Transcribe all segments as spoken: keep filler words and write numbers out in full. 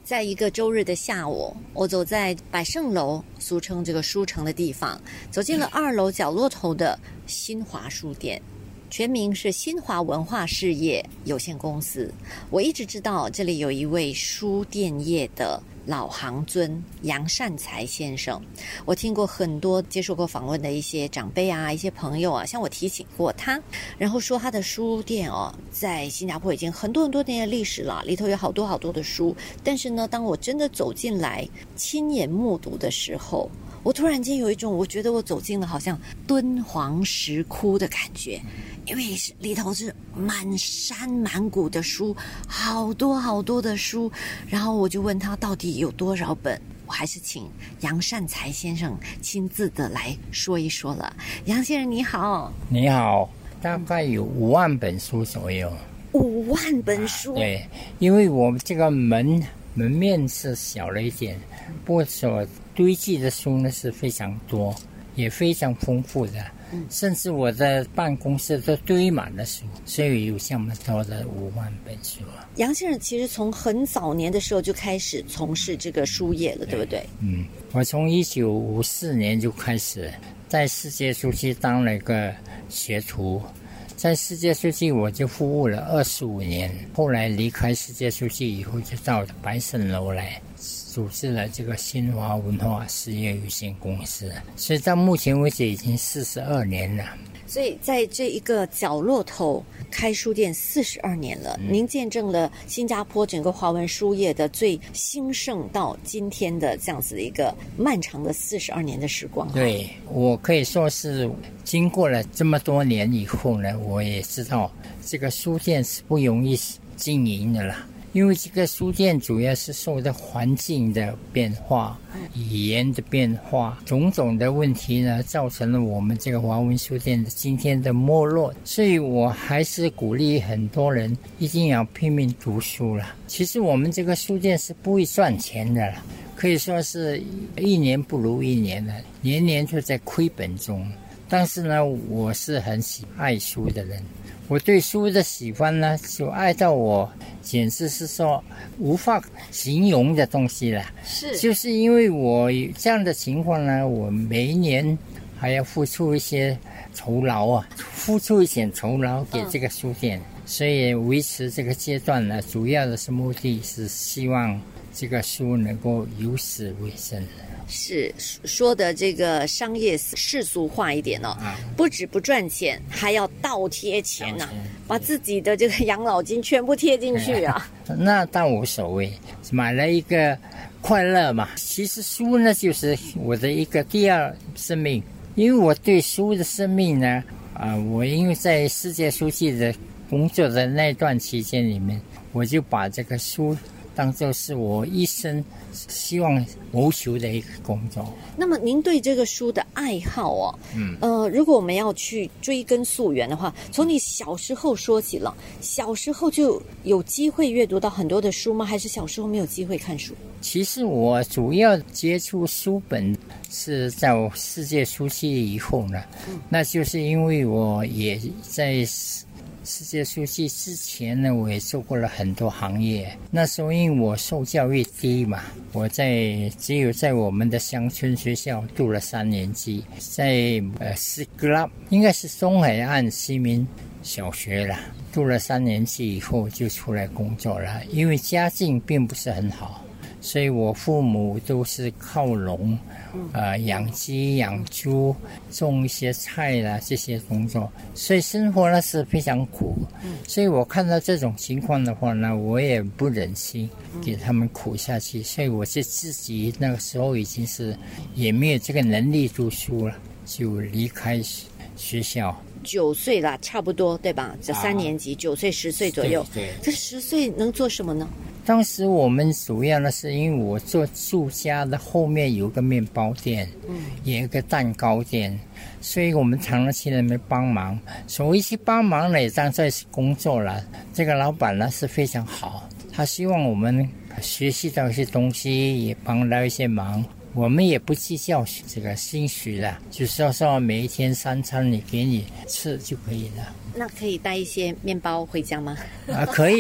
在一个周日的下午，我走在百盛楼，俗称这个书城的地方，走进了二楼角落头的新华书店，全名是新华文化事业有限公司。我一直知道这里有一位书店业的老行尊杨善才先生，我听过很多接受过访问的一些长辈啊，一些朋友啊，向我提醒过他，然后说他的书店哦，在新加坡已经很多很多年的历史了，里头有好多好多的书。但是呢，当我真的走进来亲眼目睹的时候，我突然间有一种我觉得我走进了好像敦煌石窟的感觉，因为里头是满山满谷的书，好多好多的书。然后我就问他到底有多少本，我还是请杨善才先生亲自的来说一说了。杨先生你好。 你好，大概有五万本书左右。 五万本书、啊、 对，因为我们这个门门面是小了一点，不过所堆积的书呢是非常多，也非常丰富的。嗯、甚至我的办公室都堆满了书，所以有这么多的五万本书。 杨先生其实从很早年的时候就开始从事这个书业了， 对, 对不对？ 嗯，我从一九五四年就开始在世界书系当了一个学徒，在世界书系我就服务了二十五年，后来离开世界书系以后，就到百盛楼来组织了这个新华文化事业有限公司，所以到目前为止已经四十二年了。 所以在这一个角落头开书店四十二年了、嗯、您见证了新加坡整个华文书业的最兴盛到今天的这样子的一个漫长的四十二年的时光。 对，我可以说是经过了这么多年以后呢，我也知道这个书店是不容易经营的啦，因为这个书店主要是受到环境的变化、语言的变化，种种的问题呢，造成了我们这个华文书店的今天的没落。所以我还是鼓励很多人一定要拼命读书了。其实我们这个书店是不会赚钱的了，可以说是一年不如一年了，年年就在亏本中。但是呢，我是很喜爱书的人，我对书的喜欢呢，就爱到我简直是说无法形容的东西了。 是， 就是因为我这样的情况呢，我每一年还要付出一些酬劳啊，付出一点酬劳给这个书店、嗯、所以维持这个阶段呢，主要的是目的是希望这个书能够有史为生。 是说的这个商业世俗化一点哦，啊、不止不赚钱，还要倒贴钱呐、啊，把自己的这个养老金全部贴进去啊。 那倒无所谓，买了一个快乐嘛。其实书呢，就是我的一个第二生命，因为我对书的生命呢，啊、呃，我因为在世界书系的工作的那段期间里面，我就把这个书当作是我一生希望谋求的一个工作。 那么您对这个书的爱好哦，嗯，呃，如果我们要去追根溯源的话，从你小时候说起了，小时候就有机会阅读到很多的书吗？还是小时候没有机会看书？ 其实我主要接触书本是在世界书系以后呢、嗯、那就是因为我也在世界书系之前呢，我也做过了很多行业。那时候因为我受教育低嘛，我在只有在我们的乡村学校读了三年级，在呃斯格拉应该是东海岸西民小学了，读了三年级以后就出来工作了。因为家境并不是很好，所以我父母都是靠农，呃，养鸡、养猪、种一些菜啦，这些工作，所以生活呢是非常苦。所以我看到这种情况的话呢，我也不忍心给他们苦下去，所以我是自己那个时候已经是也没有这个能力读书了，就离开学校。 九岁啦，差不多对吧？这三年级，九、啊、岁、十岁左右。 对， 这十岁能做什么呢？ 当时我们主要的是因为我做住家的后面有个面包店，嗯，也有一个蛋糕店，所以我们常常去那边帮忙。所谓去帮忙呢，也当作是工作了。这个老板呢是非常好，他希望我们学习到一些东西，也帮到一些忙。我们也不计较这个薪水了，就是说每一天三餐你给你吃就可以了。 那可以带一些面包回家吗？ 啊，可以。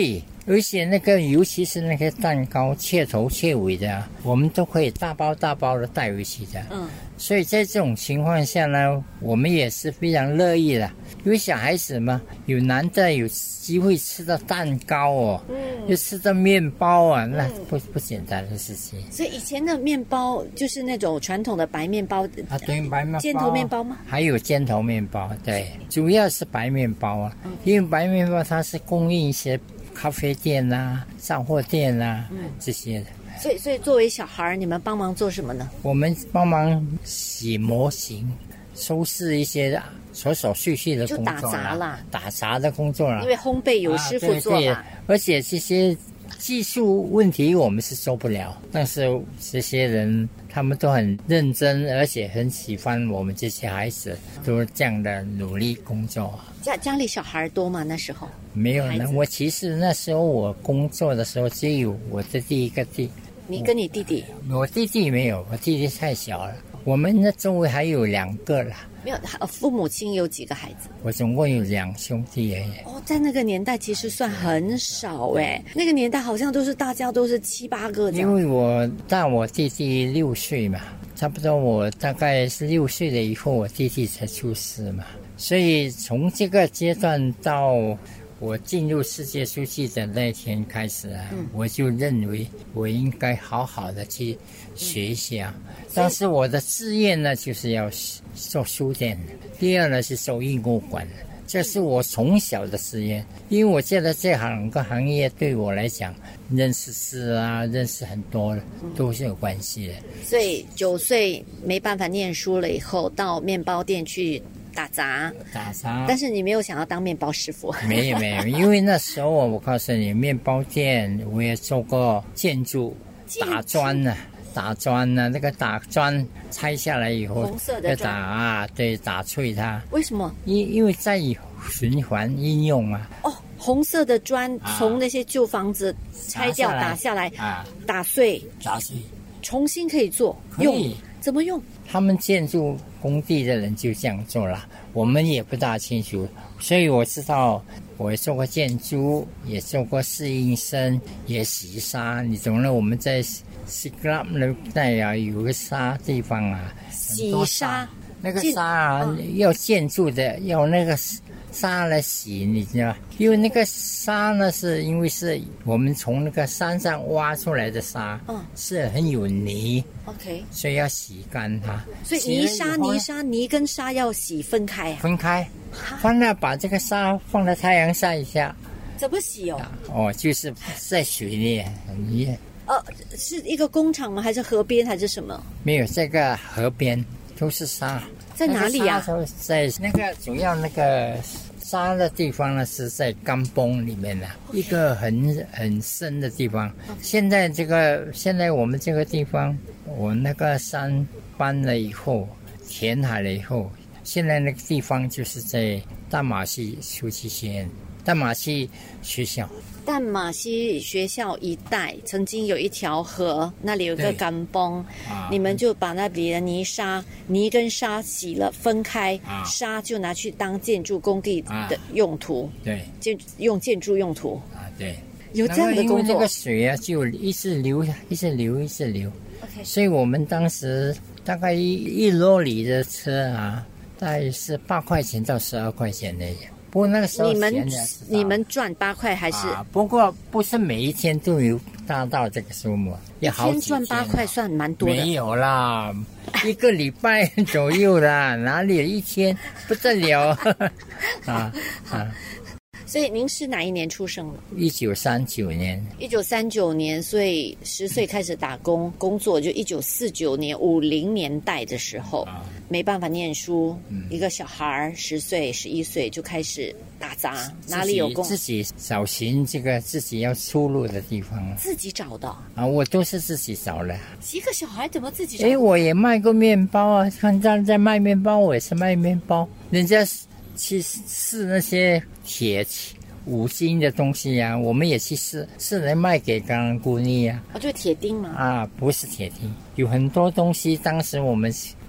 而且那个尤其是那个蛋糕切头切尾的，我们都可以大包大包的带回去的。 嗯， 所以在这种情况下呢，我们也是非常乐意的，因为小孩子嘛，有难得有机会吃到蛋糕哦，嗯，又吃到面包啊，那不不简单的事情。 所以以前的面包就是那种传统的白面包啊，对，白面包， 尖头面包吗？ 还有尖头面包，对，主要是白面包啊，嗯、因为白面包它是供应一些咖啡店啊、杂货店啊、嗯、这些的。 所以，所以作为小孩，你们帮忙做什么呢？ 我们帮忙洗模型，收拾一些琐琐碎碎的工作啦， 就打杂啦， 打杂的工作啦。 因为烘焙有师傅做嘛、 啊、而且这些技术问题我们是做不了，但是这些人他们都很认真，而且很喜欢我们这些孩子，都这样的努力工作。 家家里小孩多吗？那时候没有呢。我其实那时候我工作的时候只有我的第一个弟。 你跟你弟弟？ 我弟弟没有，我弟弟太小了。我们那周围还有两个啦。 没有，父母亲有几个孩子？ 我总共有两兄弟而已。 哦，在那个年代其实算很少哎，那个年代好像都是大家都是七八个这样。 因为我大我弟弟六岁嘛，差不多我大概是六岁了以后，我弟弟才出世嘛，所以从这个阶段到我进入世界书记的那天开始啊、嗯，我就认为我应该好好的去学一下。嗯、但是我的志愿呢，就是要做书店，第二呢是做艺术馆，这是我从小的志愿。因为我觉得这两个行业对我来讲，认识字啊，认识很多都是有关系的。 所以九岁没办法念书了以后，到面包店去打杂， 打杂， 但是你没有想要当面包师傅？ 没有没有，因为那时候我告诉你，面包店我也做过建筑，打砖呢、啊，打砖呢、啊，那个打砖拆下来以后， 红色的打啊，对，打碎它。 为什么？ 因因为在循环应用啊。 哦，红色的砖从那些旧房子拆掉、打下来，啊，打碎， 打碎， 重新可以做， 可以用怎么用？ 他们建筑工地的人就这样做了，我们也不大清楚，所以我知道我也做过建筑，也做过侍应生，也洗沙。你懂了，我们在 Siglap 那带啊，有个沙地方啊， 洗沙， 那个沙啊，嗯、要建筑的，要那个沙来洗，你知道吗？因为那个沙呢，是因为是我们从那个山上挖出来的沙，嗯，是很有泥 ，OK， 所以要洗干它。 所以泥沙、泥沙、泥跟沙要洗分开啊？ 分开，放那把这个沙放在太阳晒一下。 怎么洗哦？ 哦，就是在水里泥。 呃，是一个工厂吗？还是河边还是什么？ 没有，这个河边都是沙。 在哪里呀、 啊？在那个主要那个沙的地方呢，是在甘崩里面的、啊 okay. 一个很很深的地方。Okay. 现在这个现在我们这个地方，我那个山搬了以后，填海了以后，现在那个地方就是在淡马锡书记学院、淡马锡学校。 淡马锡学校一带曾经有一条河，那里有个甘崩、啊，你们就把那里的泥沙、泥跟沙洗了分开、啊，沙就拿去当建筑工地的用途，啊、对，建用建筑用途啊，对， 有这样的工作。 因为那个水啊，就一直流，一直流，一直流。OK， 所以我们当时大概一一罗里的车啊，大概是八块钱到十二块钱的。不过那个时候你们你们赚八块还是、 啊？不过不是每一天都有达到这个数目，要好几天。 一天赚八块算蛮多的。 没有啦，一个礼拜左右啦，哪里一天不得了啊啊！ 所以您是哪一年出生的？ 一九三九年。 一九三九年，所以十岁开始打工工作，就一九四九年五零年代的时候，啊、没办法念书、嗯，一个小孩十岁、十一岁就开始打杂，哪里有工自己找寻这个自己要出路的地方， 自己找的啊，我都是自己找的。 一个小孩怎么自己找？ 哎，我也卖过面包啊，看人在卖面包，我也是卖面包，人家去试那些铁五金的东西啊，我们也去试试来卖给冈兰姑娘啊。 啊，就铁钉吗？ 啊，不是铁钉，有很多东西当时我们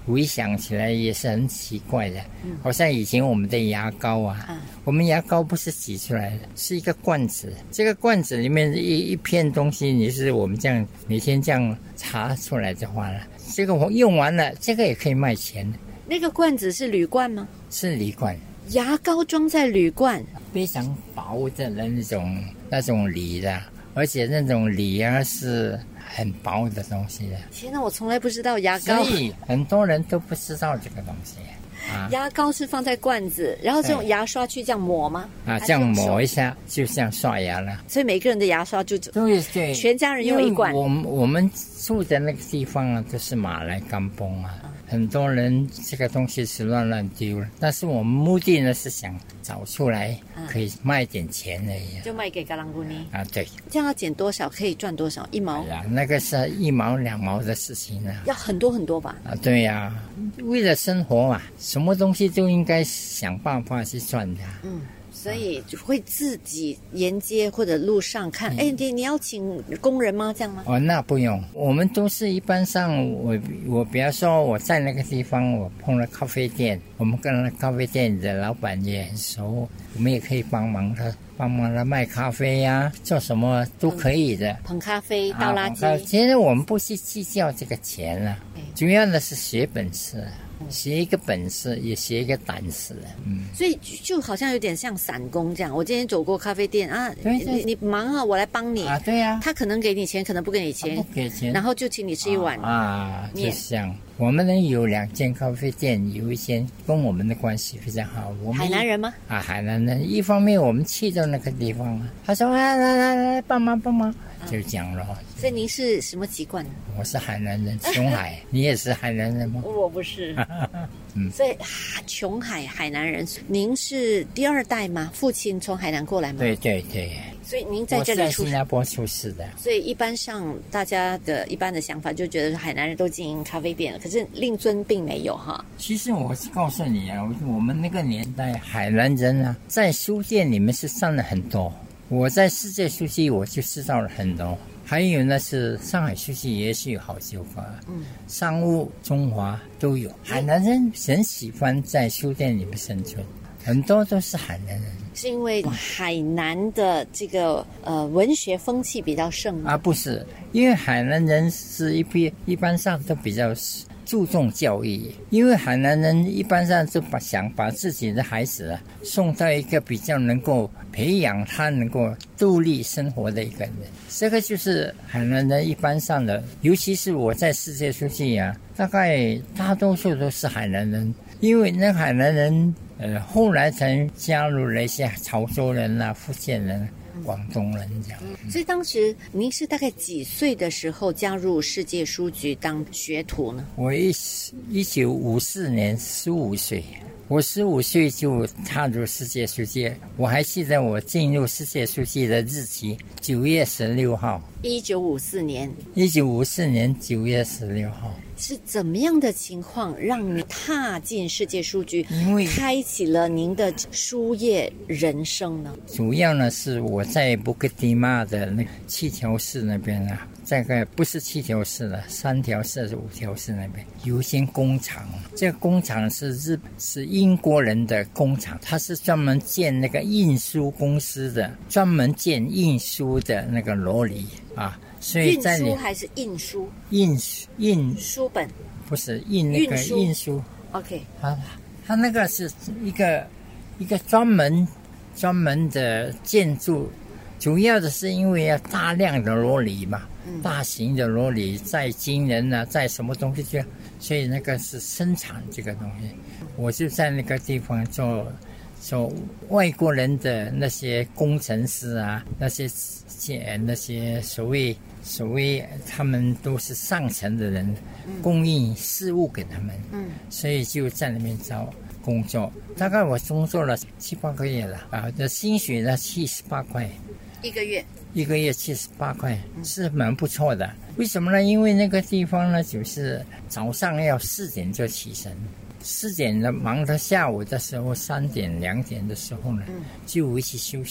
回想起来也是很奇怪的，嗯、好像以前我们的牙膏啊，啊我们牙膏不是挤出来的，是一个罐子，这个罐子里面一一片东西，你是我们这样每天这样查出来的话呢，这个我用完了，这个也可以卖钱。 那个罐子是铝罐吗？ 是铝罐， 牙膏装在铝罐， 非常薄的那种那种铝的，而且那种铝啊是很薄的东西的。 天哪，我从来不知道牙膏， 所以很多人都不知道这个东西。啊、 牙膏是放在罐子，然后是用牙刷去这样抹吗？ 啊，这样抹一下就像刷牙了。 所以每个人的牙刷就对对， 全家人用一罐。 我们我们住的那个地方啊，都是马来甘崩啊。嗯，很多人这个东西是乱乱丢了，但是我们目的呢是想找出来，可以卖点钱而已、啊， 就卖给嘎啷姑尼啊。对， 这样要减多少可以赚多少？一毛？ 呀、啊，那个是一毛两毛的事情啊， 要很多很多吧？ 啊，对呀、啊，为了生活嘛，什么东西都应该想办法去赚的。 嗯。所以会自己沿街或者路上看，哎、嗯，你你要请工人吗？这样吗？ 哦，那不用，我们都是一般上，我我比方说我在那个地方，我碰了咖啡店，我们跟那咖啡店的老板也很熟，我们也可以帮忙他，帮忙他卖咖啡呀、啊，做什么都可以的。 捧咖啡、倒垃圾、 啊。其实我们不去计较这个钱啊，主要的是学本事。学一个本事，也学一个胆识，嗯， 所以就好像有点像散工这样。我今天走过咖啡店啊， 对对你你忙啊，我来帮你啊，对呀、啊。 他可能给你钱，可能不给你钱， 不给钱， 然后就请你吃一碗啊，就像我们呢有两间咖啡店，有一间跟我们的关系非常好。我们海南人吗？ 啊，海南人。一方面我们去到那个地方啊，他说来来来来帮忙帮忙。就讲了， 所以您是什么籍贯？ 我是海南人，琼海。你也是海南人吗？ 我不是。嗯，所以琼海海南人，您是第二代吗？父亲从海南过来吗？ 对对对。 所以您在这里出我在新加坡出世的。 所以一般上大家的一般的想法就觉得海南人都经营咖啡店了，可是令尊并没有哈。 其实我是告诉你啊，我们那个年代海南人啊，在书店里面是占了很多。我在世界书记我就知道了很多，还有呢是上海书记也是有好几个，嗯，商务中华都有。海南人很喜欢在书店里面生存，很多都是海南人。 是因为海南的这个呃文学风气比较盛吗？ 啊，不是，因为海南人是一批一般上都比较注重教育，因为海南人一般上就把想把自己的孩子啊送到一个比较能够培养他能够独立生活的一个人，这个就是海南人一般上的。尤其是我在世界书记啊，大概大多数都是海南人，因为那海南人呃后来才加入了一些潮州人啊、福建人、广东人这样。 嗯，所以当时您是大概几岁的时候加入世界书局当学徒呢？ 我一一九五四年十五岁，我十五岁就踏入世界书记。我还记得我进入世界书记的日期，九月十六号。 一九五四年。 一九五四年九月十六号。 是怎么样的情况让你踏进世界书局， 因为开启了您的书业人生呢？ 主要呢是我在布克迪马的那七条市那边啊，这个不是七条市了，三条市、五条市那边有一间工厂。这个工厂是日是英国人的工厂，它是专门建那个印书公司的，专门建印书的那个罗里啊。所以在运输还是印书？ 印印书本不是印那个印书。 OK， 啊，它那个是一个一个专门专门的建筑，主要的是因为要大量的罗里嘛，嗯、大型的罗里载金人啊，载什么东西去，所以那个是生产这个东西。我就在那个地方做做外国人的那些工程师啊，那些那些所谓。所谓他们都是上层的人，嗯、供应事务给他们，嗯，所以就在那边找工作。大概我工作了七八个月了啊，这薪水呢七十八块一个月， 一个月七十八块，是蛮不错的。为什么呢？因为那个地方呢，就是早上要四点就起身，四点的忙到下午的时候，三点两点的时候呢，就回去休息。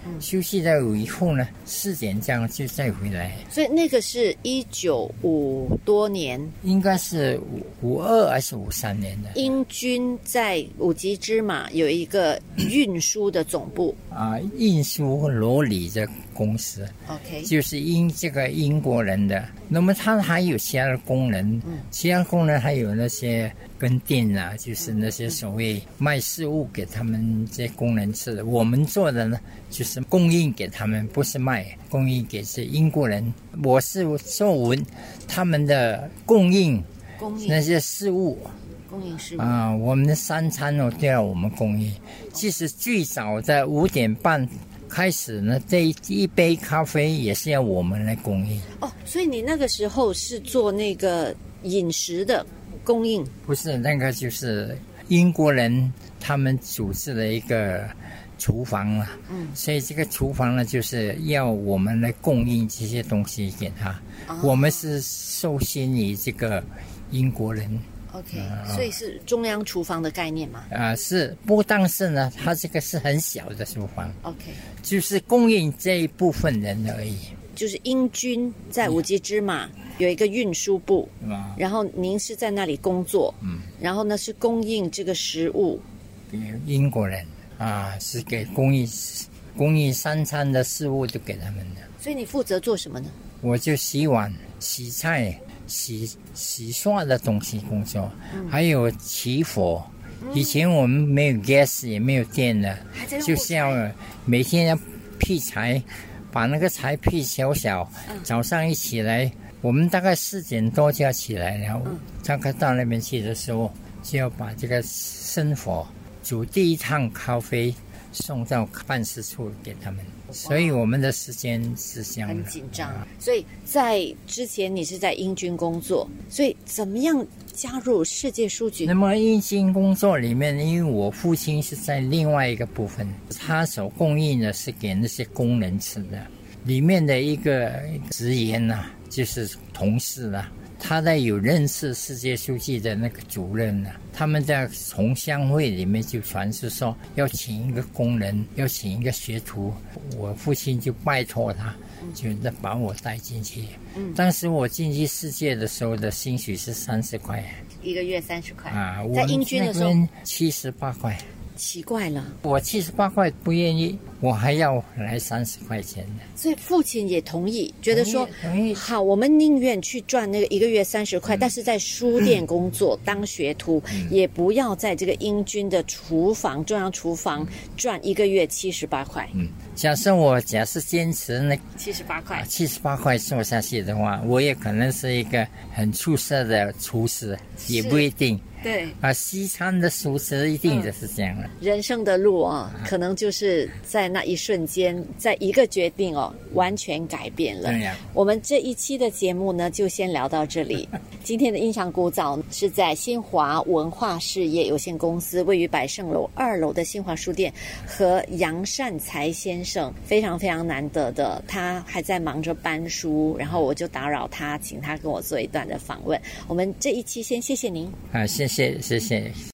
嗯、休息了以后呢，四点这样就再回来。 所以那个是一九五多年， 应该是五二还是五三年的。 英军在五级芝马有一个运输的总部啊，运输罗里的公司 ，OK， 就是英这个英国人的。那么他还有其他的工人，嗯、其他工人还有那些跟店啊，就是那些所谓卖食物给他们这些工人吃的。我们做的呢，就是供应给他们，不是卖，供应给这英国人。我是做文他们的供应， 供应那些事物。 供应事务啊，我们的三餐哦都要我们供应。即使最早在五点半开始呢，这一杯咖啡也是要我们来供应。 哦，所以你那个时候是做那个饮食的供应？ 不是，那个就是英国人他们组织的一个厨房啊。嗯，所以这个厨房呢，就是要我们来供应这些东西给他。哦、我们是受限于这个英国人。 OK，、呃、所以是中央厨房的概念吗？ 啊、呃，是，不过但是呢，它这个是很小的厨房 ，OK， 就是供应这一部分人而已。 就是英军在五级芝马有一个运输部，嗯、然后您是在那里工作，嗯，然后呢是供应这个食物给英国人啊，是给供应供应三餐的事物就给他们的。 所以你负责做什么呢？ 我就洗碗、洗菜。洗洗刷的东西工作，嗯、还有起火。嗯、以前我们没有 gas 也没有电的，就是要每天要劈柴，把那个柴劈小小。嗯、早上一起来，我们大概四点多就要起来，然后大概到那边去的时候，就要把这个生火煮第一趟咖啡送到办事处给他们。所以我们的时间是这样的， 很紧张。所以在之前你是在英军工作，所以怎么样加入世界书局？ 那么英军工作里面，因为我父亲是在另外一个部分，他所供应的是给那些工人吃的。里面的一个职员呐、啊，就是同事啦、啊。他在有认识世界书记的那个主任呢、啊，他们在同乡会里面就传是说要请一个工人，要请一个学徒，我父亲就拜托他，就把我带进去。嗯，当时我进去世界的时候的薪水是三十块， 一个月三十块啊， 在英军的时候七十八块。 奇怪了， 我七十八块不愿意，我还要来三十块钱的。 所以父亲也同意，觉得说好，我们宁愿去赚那个一个月三十块，嗯、但是在书店工作、嗯、当学徒，嗯、也不要在这个英军的厨房、中央厨房赚一个月七十八块。 嗯，假设我假设坚持那七十八块， 七十八块做下去的话，我也可能是一个很出色的厨师，也不一定。 对啊，西餐的厨师一定就是这样了。 嗯、人生的路啊，可能就是在那一瞬间，在一个决定哦，完全改变了。 对呀。 我们这一期的节目呢，就先聊到这里。今天的音响古早是在新华文化事业有限公司位于百盛楼二楼的新华书店，和杨善才先生非常非常难得的，他还在忙着搬书，然后我就打扰他，请他跟我做一段的访问。我们这一期先谢谢您。 啊，谢谢谢谢。